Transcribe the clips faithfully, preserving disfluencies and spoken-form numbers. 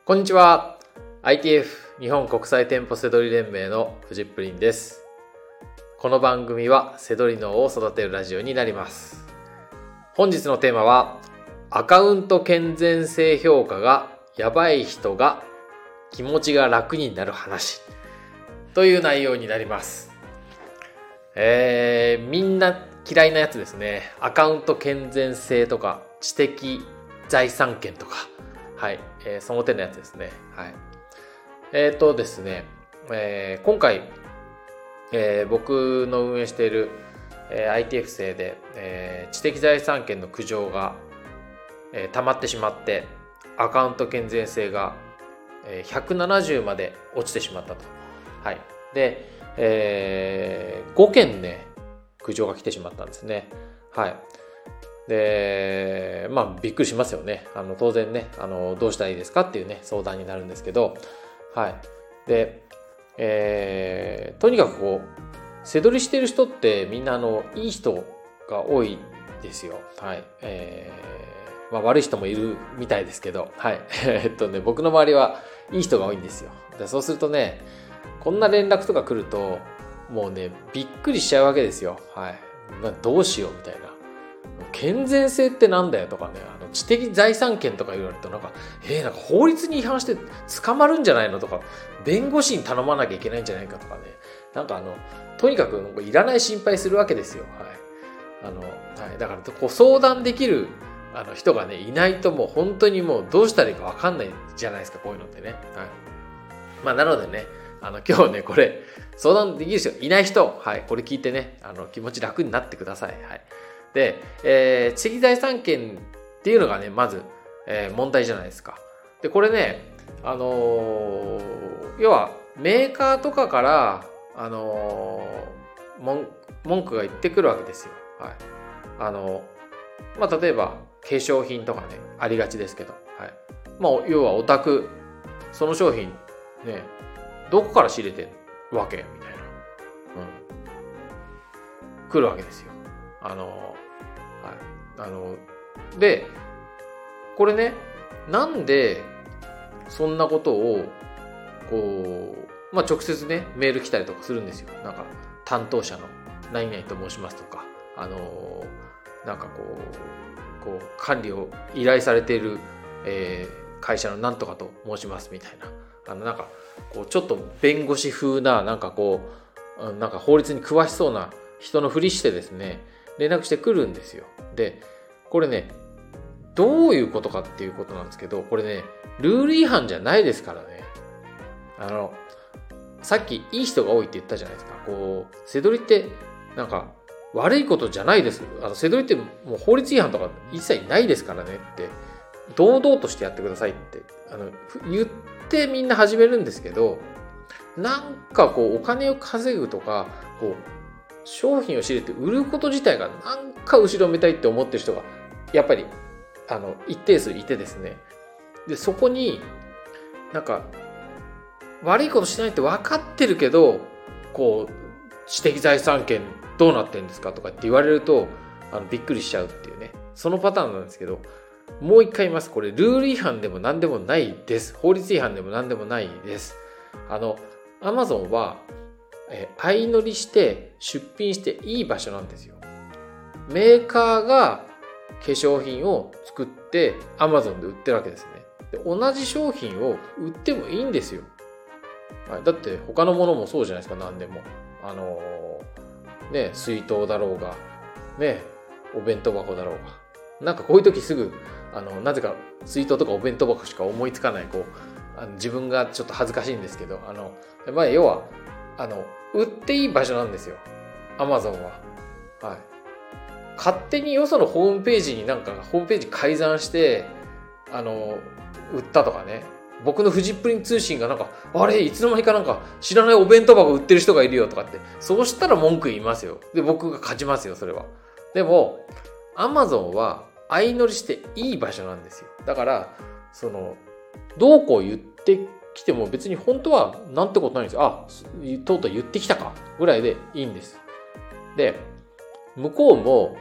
こんにちは。 アイティーエフ 日本国際店舗セドリ連盟のフジップリンです。この番組はセドリ脳を育てるラジオになります。本日のテーマはアカウント健全性評価がやばい人が気持ちが楽になる話という内容になります。えー、みんな嫌いなやつですね。アカウント健全性とか知的財産権とか、はい、えー、その手のやつですね。はい。えーとですね、えー、今回、えー、僕の運営している、えー、アイティーエフ 生で、えー、知的財産権の苦情が、えー、溜まってしまってアカウント健全性が、えー、ひゃくななじゅうまで落ちてしまったと。はい。で、えー、ごけんね苦情が来てしまったんですね。はい。で、まあびっくりしますよね。あの当然ね、あのどうしたらいいですかっていうね相談になるんですけど、はい。で、えー、とにかくこう背取りしてる人ってみんなあのいい人が多いですよ。はい。えー、まあ悪い人もいるみたいですけど、はい。えっとね僕の周りはいい人が多いんですよ。でそうするとね、こんな連絡とか来るともうねびっくりしちゃうわけですよ。はい。まあ、どうしようみたいな。健全性ってなんだよとかね、あの知的財産権とか言われるとなんか、えー、なんか法律に違反して捕まるんじゃないのとか、弁護士に頼まなきゃいけないんじゃないかとかね、なんかあのとにかくいらない心配するわけですよ。はい。あのはい、だからこう相談できるあの人がねいないともう本当にもうどうしたらいいか分かんないじゃないですか、こういうのってね。はい。まあなのでね、あの今日ねこれ相談できる人いない人、はい、これ聞いてねあの気持ち楽になってください。はい。で、えー、知的財産権っていうのがねまず、えー、問題じゃないですか。でこれね、あのー、要はメーカーとかから、あのー、文句が言ってくるわけですよ。はい。あのー、まあ例えば化粧品とかねありがちですけど、はい。まあ要はオタクその商品ねどこから仕入れてるわけみたいな、うん、来るわけですよ。あの、はい、あのでこれねなんでそんなことをこうまあ直接ねメール来たりとかするんですよ。なんか担当者の何々と申しますとか、あのなんかこうこう管理を依頼されている、えー、会社のなんとかと申しますみたいな、あのなんかこうちょっと弁護士風ななんかこうなんか法律に詳しそうな人のふりしてですね連絡してくるんですよ。でこれねどういうことかっていうことなんですけど、これねルール違反じゃないですからね。あのさっきいい人が多いって言ったじゃないですか。こう背取りってなんか悪いことじゃないです。あの背取りってもう法律違反とか一切ないですからねって堂々としてやってくださいってあの言ってみんな始めるんですけど、なんかこうお金を稼ぐとかこう商品を仕入れて売ること自体がなんか後ろめたいって思ってる人がやっぱりあの一定数いてですね、でそこになんか悪いことしないって分かってるけどこう知的財産権どうなってるんですかとかって言われるとあのびっくりしちゃうっていうね、そのパターンなんですけど、もう一回言います。これルール違反でも何でもないです。法律違反でも何でもないです。あの Amazon はえ相乗りして出品していい場所なんですよ。メーカーが化粧品を作って Amazon で売ってるわけですね。で同じ商品を売ってもいいんですよ。はい、だって他のものもそうじゃないですか。何でもあのー、ね水筒だろうがねお弁当箱だろうが、なんかこういう時すぐあのなぜか水筒とかお弁当箱しか思いつかないこうあの自分がちょっと恥ずかしいんですけど、あのまあ要はあの売っていい場所なんですよ Amazon は。はい。勝手によそのホームページになんかホームページ改ざんしてあの売ったとかね、僕のフジップリン通信がなんかあれいつの間にかなんか知らないお弁当箱売ってる人がいるよとかって、そうしたら文句言いますよ。で僕が勝ちますよそれは。でも Amazon は相乗りしていい場所なんですよ。だからそのどうこう言って来ても別に本当はなんてことないんですよ。あ、とうとう言ってきたかぐらいでいいんです。で、向こうも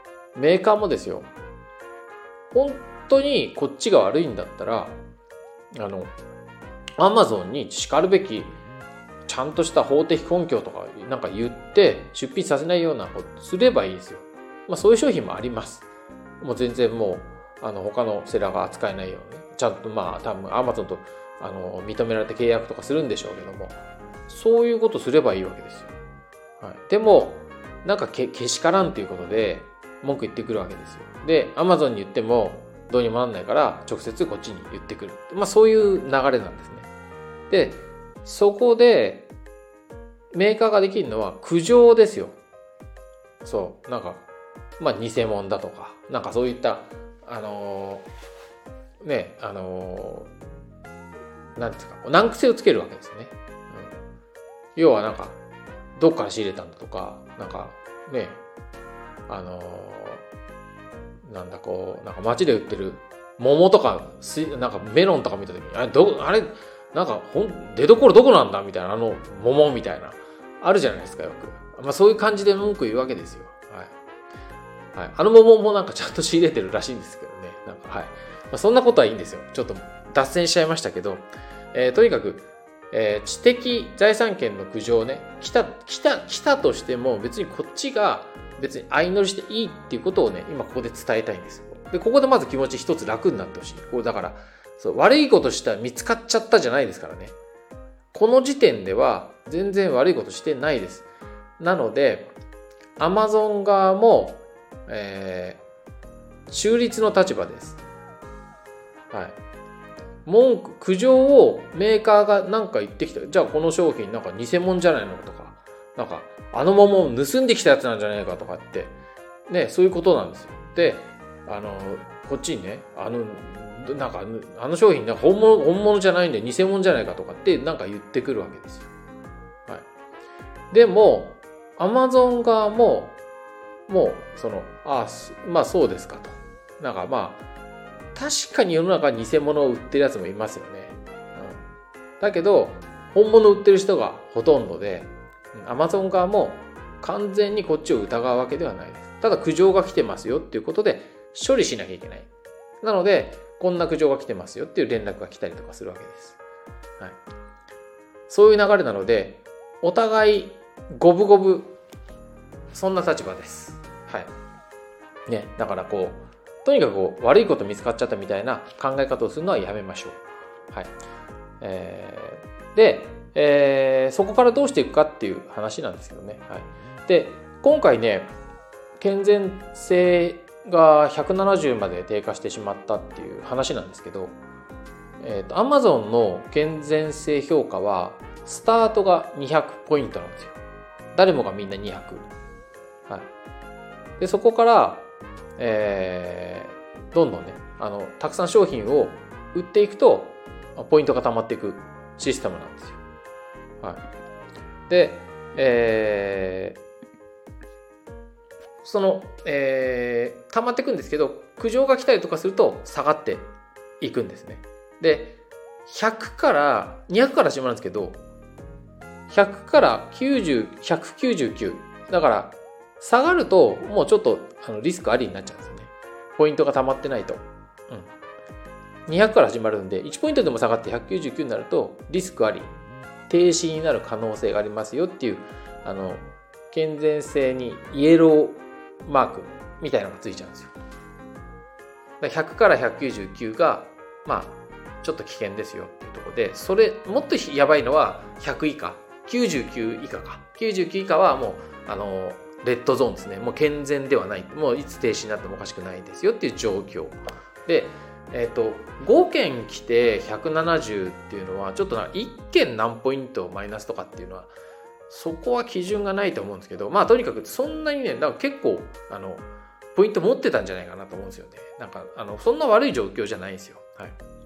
メーカーもですよ。本当にこっちが悪いんだったらあのアマゾンにしかるべきちゃんとした法的根拠とかなんか言って出品させないようなことすればいいですよ。まあそういう商品もあります。もう全然もうあの他のセラーが扱えないようにちゃんとまあ多分アマゾンとあの認められて契約とかするんでしょうけども、そういうことすればいいわけですよ。はい、でもなんかけけしからんっていうことで文句言ってくるわけですよ。でアマゾンに言ってもどうにもなんないから直接こっちに言ってくる、まあそういう流れなんですね。でそこでメーカーができるのは苦情ですよ。そうなんかまあ偽物だとかなんかそういったあのー、ねあのー、なんですか難癖をつけるわけですよね。うん、要はなんかどっから仕入れたんだとかなんかねあのー、なんだこうなんか街で売ってる桃とかなんかメロンとか見た時にあれどあれなんかほん出所どこなんだみたいなあの桃みたいなあるじゃないですかよく、まあ、そういう感じで文句言うわけですよ。はいはい、あの桃もなんかちゃんと仕入れてるらしいんですけどねなんか、はいまあ、そんなことはいいんですよ。ちょっと脱線しちゃいましたけど、えー、とにかく、えー、知的財産権の苦情ね来た来た来たとしても別にこっちが別に相乗りしていいっていうことをね今ここで伝えたいんですよ。でここでまず気持ち一つ楽になってほしい。これだからそう悪いことしたら見つかっちゃったじゃないですからね。この時点では全然悪いことしてないです。なので Amazon 側も、えー、中立の立場です。はい。文句苦情をメーカーが何か言ってきた。じゃあこの商品なんか偽物じゃないのとか、なんかあの桃を盗んできたやつなんじゃないかとかってねそういうことなんですよ。で、あのこっちにねあのなんかあの商品なんか本物本物じゃないんで偽物じゃないかとかってなんか言ってくるわけですよ。はい。でも Amazon 側ももうそのあまあそうですかとなんかまあ確かに世の中に偽物を売ってるやつもいますよね。うん、だけど本物売ってる人がほとんどで Amazon 側も完全にこっちを疑うわけではないです。ただ苦情が来てますよっていうことで処理しなきゃいけない。なのでこんな苦情が来てますよっていう連絡が来たりとかするわけです。はい、そういう流れなのでお互い五分五分そんな立場です。はいね、だからこうとにかくこう悪いこと見つかっちゃったみたいな考え方をするのはやめましょう。はいえー、で、えー、そこからどうしていくかっていう話なんですけどね。はい、で今回ね健全性がひゃくななじゅうまで低下してしまったっていう話なんですけど、えーと、Amazon の健全性評価はスタートがにひゃくポイントなんですよ。誰もがみんなにひゃく。はい、でそこから、えー、どんどんねあのたくさん商品を売っていくとポイントが溜まっていくシステムなんですよ。はい、で、えーその、えー、溜まっていくんですけど苦情が来たりとかすると下がっていくんですね。でひゃくからにひゃくから始まるんですけどひゃくからきゅうじゅう、ひゃくきゅうじゅうきゅうだから下がるともうちょっとあのリスクありになっちゃうんですよね。ポイントが溜まってないと、うん、にひゃくから始まるんでいちポイントでも下がってひゃくきゅうじゅうきゅうになるとリスクあり停止になる可能性がありますよっていうあの健全性にイエローマークみたいなのがついちゃうんですよ。だひゃくからひゃくきゅうじゅうきゅうがまあちょっと危険ですよっていうところでそれもっとやばいのはひゃく以下きゅうじゅうきゅう以下かきゅうじゅうきゅう以下はもうあのレッドゾーンですね。もう健全ではないもういつ停止になってもおかしくないですよっていう状況で、えーと、ごけん来てひゃくななじゅうっていうのはちょっとないっけん何ポイントマイナスとかっていうのはそこは基準がないと思うんですけどまあとにかくそんなにねなんか結構あのポイント持ってたんじゃないかなと思うんですよね。なんかあのそんな悪い状況じゃないんですよ。はい、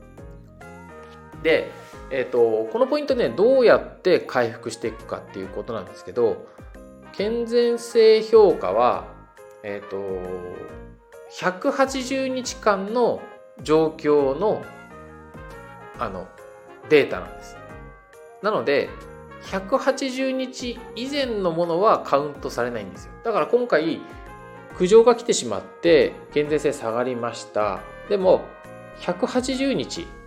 で、えーと、このポイントねどうやって回復していくかっていうことなんですけど健全性評価は、えーと、ひゃくはちじゅうにちかんの状況の、あのデータなんです。なのでひゃくはちじゅうにち以前のものはカウントされないんですよ。だから今回苦情が来てしまって健全性下がりました。でもひゃくはちじゅうにち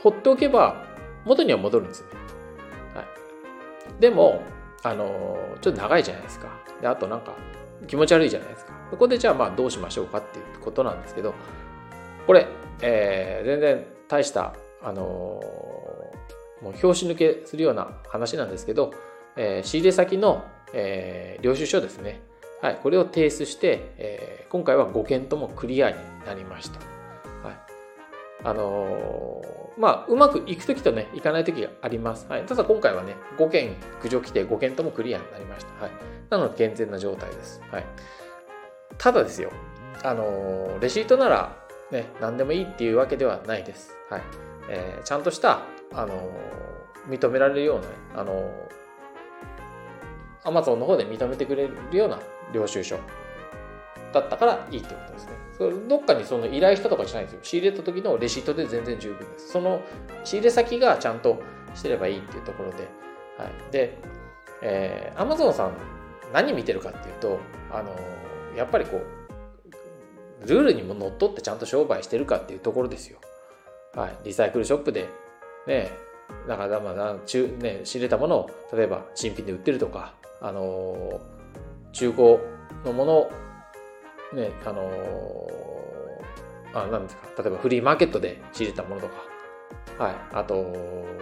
放っておけば元には戻るんですよね。はい、でもあのちょっと長いじゃないですか。であとなんか気持ち悪いじゃないですか。ここでじゃあまあどうしましょうかっていうことなんですけど、これ、えー、全然大したあのもう拍子抜けするような話なんですけど、えー、仕入れ先の、えー、領収書ですね。はい、これを提出して、えー、今回はごけんともクリアになりました。はい、あのー、まあうまくいくときとねいかないときがあります。はい、ただ今回はねごけん苦情来てごけんともクリアになりました。はい、なので健全な状態です。はい、ただですよ、あのー、レシートならね何でもいいっていうわけではないです。はい、えー、ちゃんとした、あのー、認められるような、ね、あのー、Amazon の方で認めてくれるような領収書だったからいいってことですね。それどっかにその依頼したとかじゃないですよ。仕入れた時のレシートで全然十分です。その仕入れ先がちゃんとしてればいいっていうところで、はい、で、えー、Amazon さん何見てるかっていうと、あのー、やっぱりこうルールにものっとってちゃんと商売してるかっていうところですよ。はい、リサイクルショップでね、だからまあ中ね仕入れたものを例えば新品で売ってるとか、あのー中古のものね、あのー、あ、なんですか、例えばフリーマーケットで仕入れたものとか、はい、あと、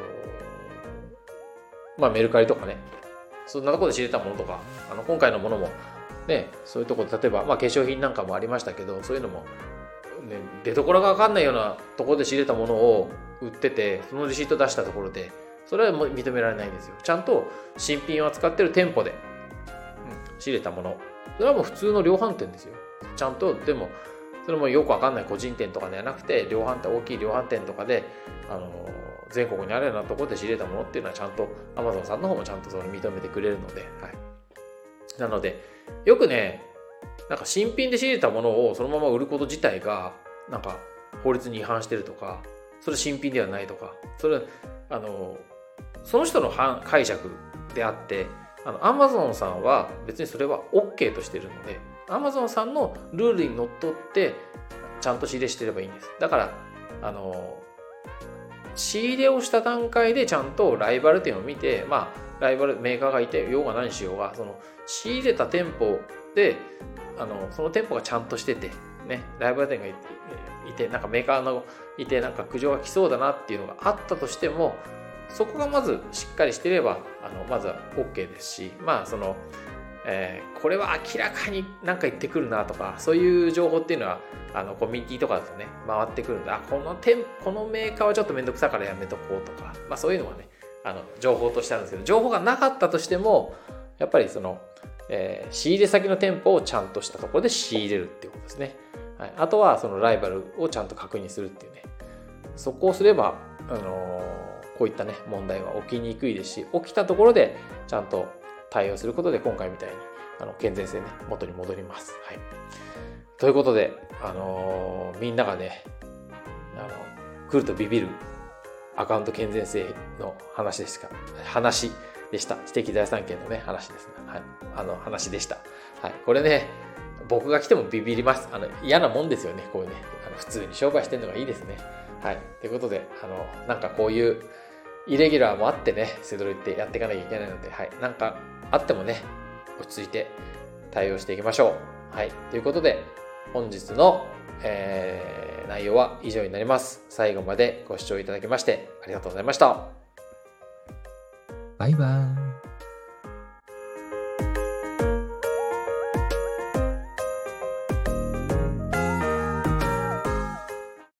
まあメルカリとかね、そんなところで仕入れたものとか、あの今回のものもね、そういうところで例えばまあ化粧品なんかもありましたけど、そういうのも、ね、出所が分かんないようなところで仕入れたものを売ってて、そのレシート出したところで、それはもう認められないんですよ。ちゃんと新品を扱ってる店舗で仕入れたもの、それはもう普通の量販店ですよ。ちゃんと、でもそれもよくわかんない個人店とかではなくて、量販店、大きい量販店とかで、あの全国にあるようなところで仕入れたものっていうのはちゃんと Amazon さんの方もちゃんとそれ認めてくれるので、はい、なのでよくね、なんか新品で仕入れたものをそのまま売ること自体がなんか法律に違反してるとか、それ新品ではないとか、それあのその人の解釈であって、あの Amazon さんは別にそれは OK としているので、 Amazon さんのルールにのっとってちゃんと仕入れしてればいいんです。だからあの仕入れをした段階でちゃんとライバル店を見て、まあライバルメーカーがいてようが何しようが、その仕入れた店舗であのその店舗がちゃんとしててね、ライバル店がいて、いてなんかメーカーのいてなんか苦情が来そうだなっていうのがあったとしても、そこがまずしっかりしていればあのまずは OK ですし、まあその、えー、これは明らかに何か言ってくるなとか、そういう情報っていうのはあのコミュニティとかだとね回ってくるんで、あこの店このメーカーはちょっと面倒くさいからやめとこうとか、まあそういうのはねあの情報としてあるんですけど、情報がなかったとしてもやっぱりその、えー、仕入れ先の店舗をちゃんとしたところで仕入れるっていうことですね。はい、あとはそのライバルをちゃんと確認するっていうね、そこをすればあのーこういったね問題は起きにくいですし、起きたところでちゃんと対応することで今回みたいにあの健全性ね元に戻ります。はい、ということで、あのー、みんながねあの来るとビビるアカウント健全性の話でした話でした知的財産権のね話ですね。はい、あの話でした。はい、これね僕が来てもビビります。あの嫌なもんですよね。こういうねあの普通に商売してるのがいいですね。はい、ということであのなんかこういうイレギュラーもあってね、セドルってやっていかなきゃいけないので、はい、なんかあってもね、落ち着いて対応していきましょう。はい、ということで、本日の、えー、内容は以上になります。最後までご視聴いただきましてありがとうございました。 バイバイ。